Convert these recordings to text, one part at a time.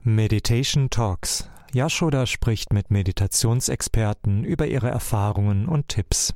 Meditation Talks. Yashoda spricht mit Meditationsexperten über ihre Erfahrungen und Tipps.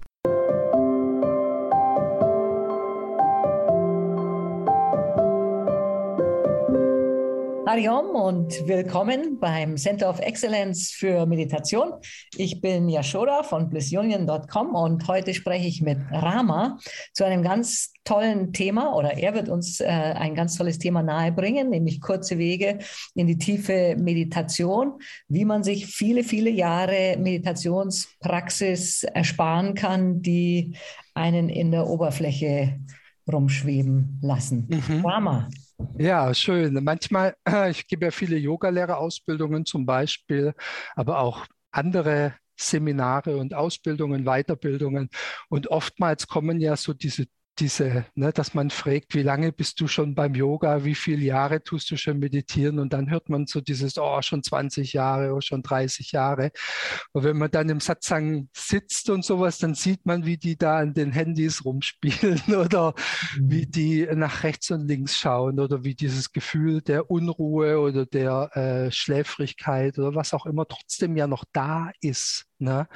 Hariom und willkommen beim Center of Excellence für Meditation. Ich bin Yashoda von blissunion.com und heute spreche ich mit Rama zu einem ganz tollen Thema, oder er wird uns ein ganz tolles Thema nahebringen, nämlich kurze Wege in die tiefe Meditation, wie man sich viele, viele Jahre Meditationspraxis ersparen kann, die einen in der Oberfläche rumschweben lassen. Rama. Ja, schön. Manchmal, ich gebe ja viele Yogalehrerausbildungen zum Beispiel, aber auch andere Seminare und Ausbildungen, Weiterbildungen. Und oftmals kommen ja so diese, dass man fragt, wie lange bist du schon beim Yoga, wie viele Jahre tust du schon meditieren? Und dann hört man so dieses, oh, schon 20 Jahre oder schon 30 Jahre. Und wenn man dann im Satsang sitzt und sowas, dann sieht man, wie die da an den Handys rumspielen oder wie die nach rechts und links schauen oder wie dieses Gefühl der Unruhe oder der Schläfrigkeit oder was auch immer trotzdem ja noch da ist. Ne?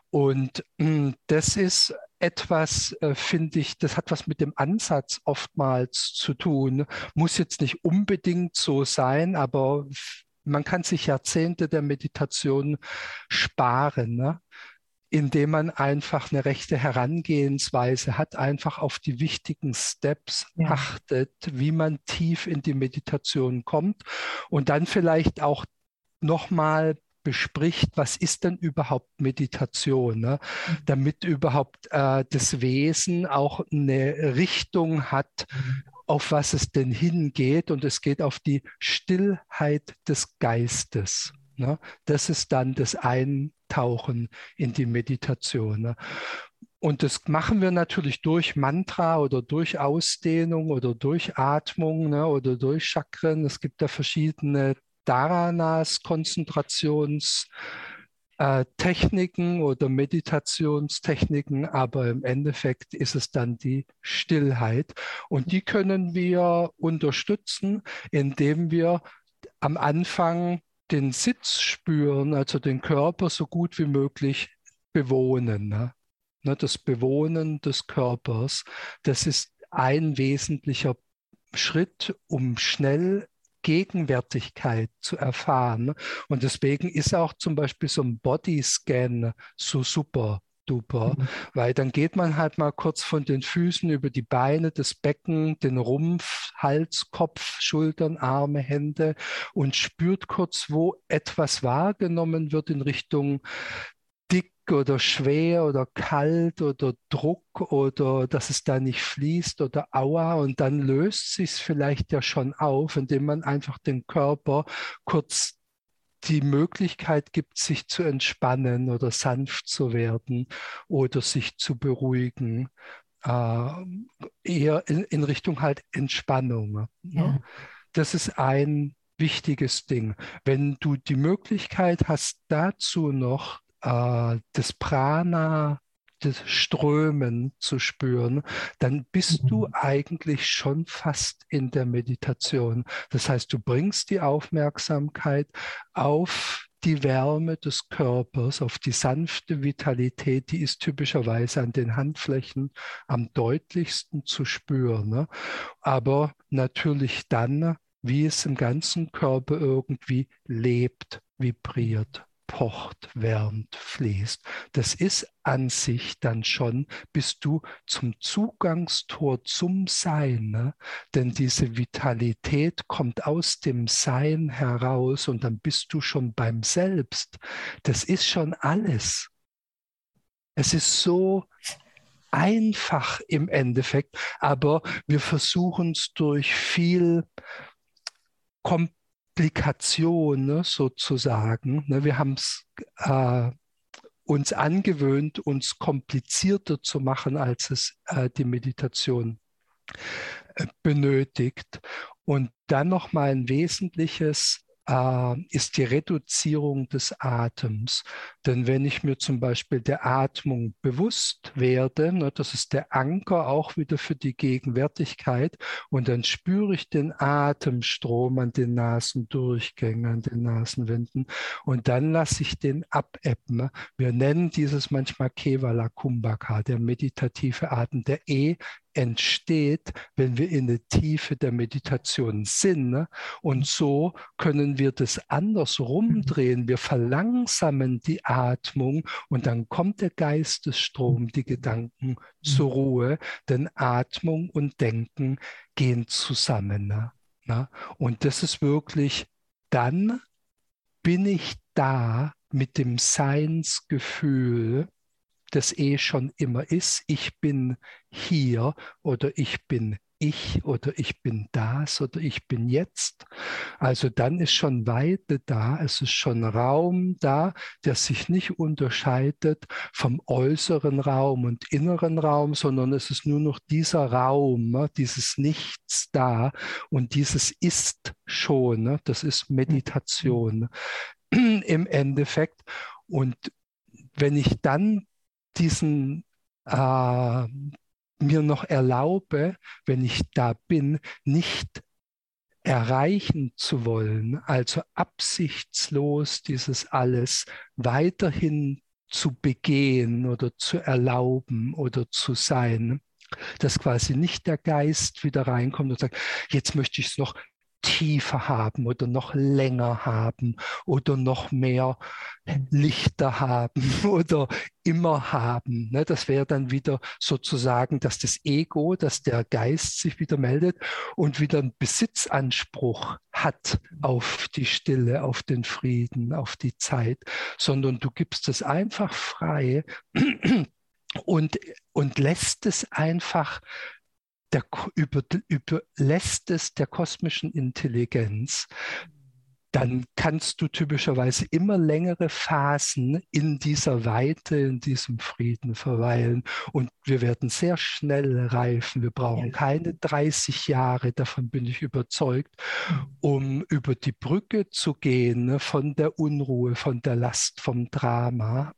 Und das ist etwas, finde ich, das hat was mit dem Ansatz oftmals zu tun. Muss jetzt nicht unbedingt so sein, aber man kann sich Jahrzehnte der Meditation sparen, ne? Indem man einfach eine rechte Herangehensweise hat, einfach auf die wichtigen Steps achtet, wie man tief in die Meditation kommt und dann vielleicht auch nochmal bespricht, was ist denn überhaupt Meditation, ne? Damit überhaupt das Wesen auch eine Richtung hat, auf was es denn hingeht, und es geht auf die Stillheit des Geistes. Ne? Das ist dann das Eintauchen in die Meditation. Ne? Und das machen wir natürlich durch Mantra oder durch Ausdehnung oder durch Atmung, ne? Oder durch Chakren. Es gibt da verschiedene Dharanas, Konzentrationstechniken oder Meditationstechniken, aber im Endeffekt ist es dann die Stillheit. Und die können wir unterstützen, indem wir am Anfang den Sitz spüren, also den Körper so gut wie möglich bewohnen. Ne? Das Bewohnen des Körpers, das ist ein wesentlicher Schritt, um schnell Gegenwärtigkeit zu erfahren. Und deswegen ist auch zum Beispiel so ein Bodyscan so super duper, weil dann geht man halt mal kurz von den Füßen über die Beine, das Becken, den Rumpf, Hals, Kopf, Schultern, Arme, Hände und spürt kurz, wo etwas wahrgenommen wird in Richtung dick oder schwer oder kalt oder Druck oder dass es da nicht fließt oder Aua, und dann löst sich es vielleicht ja schon auf, indem man einfach den Körper kurz die Möglichkeit gibt, sich zu entspannen oder sanft zu werden oder sich zu beruhigen, eher in Richtung halt Entspannung. Ne? Das ist ein wichtiges Ding. Wenn du die Möglichkeit hast, dazu noch das Prana, das Strömen zu spüren, dann bist du eigentlich schon fast in der Meditation. Das heißt, du bringst die Aufmerksamkeit auf die Wärme des Körpers, auf die sanfte Vitalität, die ist typischerweise an den Handflächen am deutlichsten zu spüren. Ne? Aber natürlich dann, wie es im ganzen Körper irgendwie lebt, vibriert, pocht, wärmt, fließt. Das ist an sich dann schon, bist du zum Zugangstor zum Sein. Ne? Denn diese Vitalität kommt aus dem Sein heraus und dann bist du schon beim Selbst. Das ist schon alles. Es ist so einfach im Endeffekt, aber wir versuchen es durch viel Komplikation, ne, sozusagen. Ne, wir haben es uns angewöhnt, uns komplizierter zu machen, als es die Meditation benötigt. Und dann nochmal ein wesentliches ist die Reduzierung des Atems. Denn wenn ich mir zum Beispiel der Atmung bewusst werde, ne, das ist der Anker auch wieder für die Gegenwärtigkeit, und dann spüre ich den Atemstrom an den Nasendurchgängen, an den Nasenwinden, und dann lasse ich den abebben. Wir nennen dieses manchmal Kevala Kumbhaka, der meditative Atem, der entsteht, wenn wir in der Tiefe der Meditation sind. Ne? Und so können wir das andersrum drehen. Wir verlangsamen die Atmung und dann kommt der Geistesstrom, die Gedanken zur Ruhe, denn Atmung und Denken gehen zusammen. Ne? Und das ist wirklich, dann bin ich da mit dem Seinsgefühl, das schon immer ist. Ich bin hier oder ich bin ich oder ich bin das oder ich bin jetzt. Also dann ist schon Weite da, es ist schon Raum da, der sich nicht unterscheidet vom äußeren Raum und inneren Raum, sondern es ist nur noch dieser Raum, dieses Nichts da, und dieses ist schon, das ist Meditation im Endeffekt. Und wenn ich dann diesen mir noch erlaube, wenn ich da bin, nicht erreichen zu wollen, also absichtslos dieses alles weiterhin zu begehen oder zu erlauben oder zu sein, dass quasi nicht der Geist wieder reinkommt und sagt, jetzt möchte ich es noch tiefer haben oder noch länger haben oder noch mehr Lichter haben oder immer haben. Das wäre dann wieder sozusagen, dass das Ego, dass der Geist sich wieder meldet und wieder einen Besitzanspruch hat auf die Stille, auf den Frieden, auf die Zeit, sondern du gibst es einfach frei und lässt es einfach überlässt es der kosmischen Intelligenz, dann kannst du typischerweise immer längere Phasen in dieser Weite, in diesem Frieden verweilen. Und wir werden sehr schnell reifen. Wir brauchen keine 30 Jahre, davon bin ich überzeugt, um über die Brücke zu gehen, ne, von der Unruhe, von der Last, vom Drama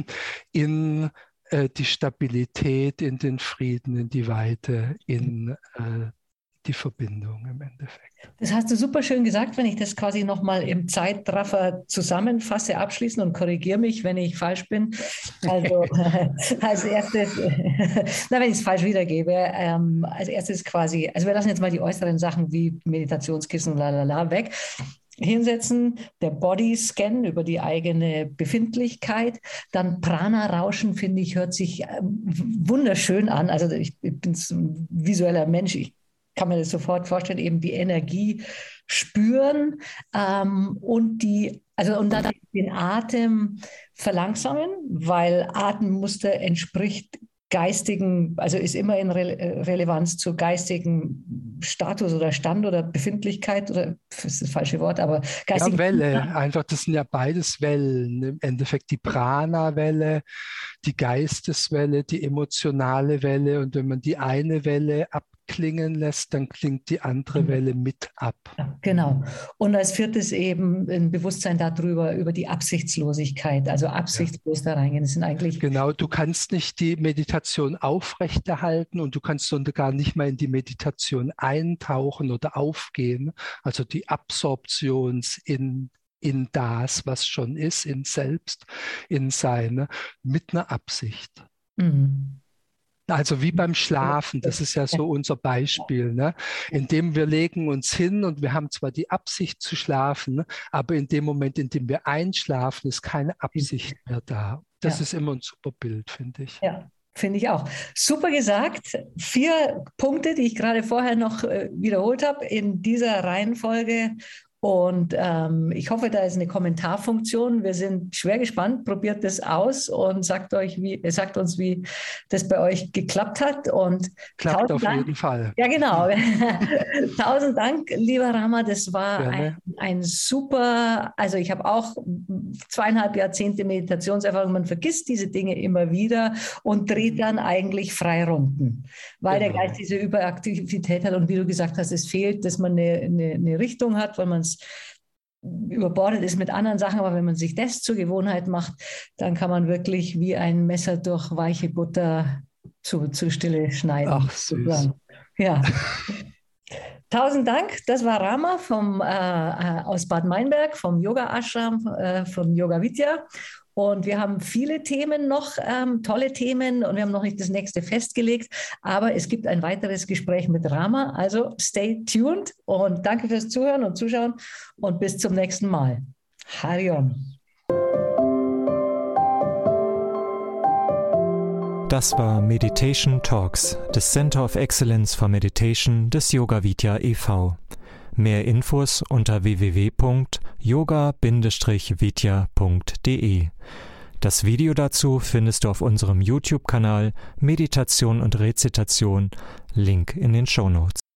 in die Stabilität, in den Frieden, in die Weite, in die Verbindung im Endeffekt. Das hast du super schön gesagt, wenn ich das quasi nochmal im Zeitraffer zusammenfasse, abschließen, und korrigiere mich, wenn ich falsch bin. Also als erstes, wenn ich es falsch wiedergebe, als erstes quasi, also wir lassen jetzt mal die äußeren Sachen wie Meditationskissen, lalala weg. Hinsetzen, der Bodyscan über die eigene Befindlichkeit, dann Prana-Rauschen, finde ich, hört sich wunderschön an. Also ich bin ein visueller Mensch, ich kann mir das sofort vorstellen, eben die Energie spüren und dann den Atem verlangsamen, weil Atemmuster entspricht geistigen, also ist immer in Relevanz zu geistigen Status oder Stand oder Befindlichkeit, oder das ist das falsche Wort, aber geistige Welle, einfach, das sind ja beides Wellen. Im Endeffekt die Prana-Welle, die Geisteswelle, die emotionale Welle, und wenn man die eine Welle abklingen lässt, dann klingt die andere Welle mit ab. Genau. Und als viertes eben ein Bewusstsein darüber, über die Absichtslosigkeit, also absichtslos da reingehen. Das sind eigentlich... Genau, du kannst nicht die Meditation aufrechterhalten und du kannst gar nicht mal in die Meditation eintauchen oder aufgehen, also die Absorption in das, was schon ist, in Selbst, in Sein, mit einer Absicht. Mhm. Also wie beim Schlafen, das ist ja so unser Beispiel, ne? Indem wir legen uns hin und wir haben zwar die Absicht zu schlafen, aber in dem Moment, in dem wir einschlafen, ist keine Absicht mehr da. Das ist immer ein super Bild, finde ich. Ja, finde ich auch. Super gesagt. 4 Punkte, die ich gerade vorher noch wiederholt habe in dieser Reihenfolge. Und ich hoffe, da ist eine Kommentarfunktion. Wir sind schwer gespannt. Probiert das aus und sagt uns, wie das bei euch geklappt hat. Und klappt auf jeden Fall. Ja, genau. 1000 Dank, lieber Rama. Das war ein super, also ich habe auch 2,5 Jahrzehnte Meditationserfahrung. Man vergisst diese Dinge immer wieder und dreht dann eigentlich Freirunden, weil der Geist diese Überaktivität hat. Und wie du gesagt hast, es fehlt, dass man eine Richtung hat, weil man es überbordet ist mit anderen Sachen, aber wenn man sich das zur Gewohnheit macht, dann kann man wirklich wie ein Messer durch weiche Butter zu Stille schneiden. Ach, süß. Ja. 1000 Dank. Das war Rama aus Bad Meinberg, vom Yoga Ashram, von Yoga Vidya. Und wir haben viele Themen noch, tolle Themen, und wir haben noch nicht das nächste festgelegt, aber es gibt ein weiteres Gespräch mit Rama. Also stay tuned und danke fürs Zuhören und Zuschauen und bis zum nächsten Mal. Hari Om. Das war Meditation Talks des Center of Excellence for Meditation des Yoga Vidya e.V. Mehr Infos unter www.yoga-vidya.de. Das Video dazu findest du auf unserem YouTube-Kanal Meditation und Rezitation, Link in den Shownotes.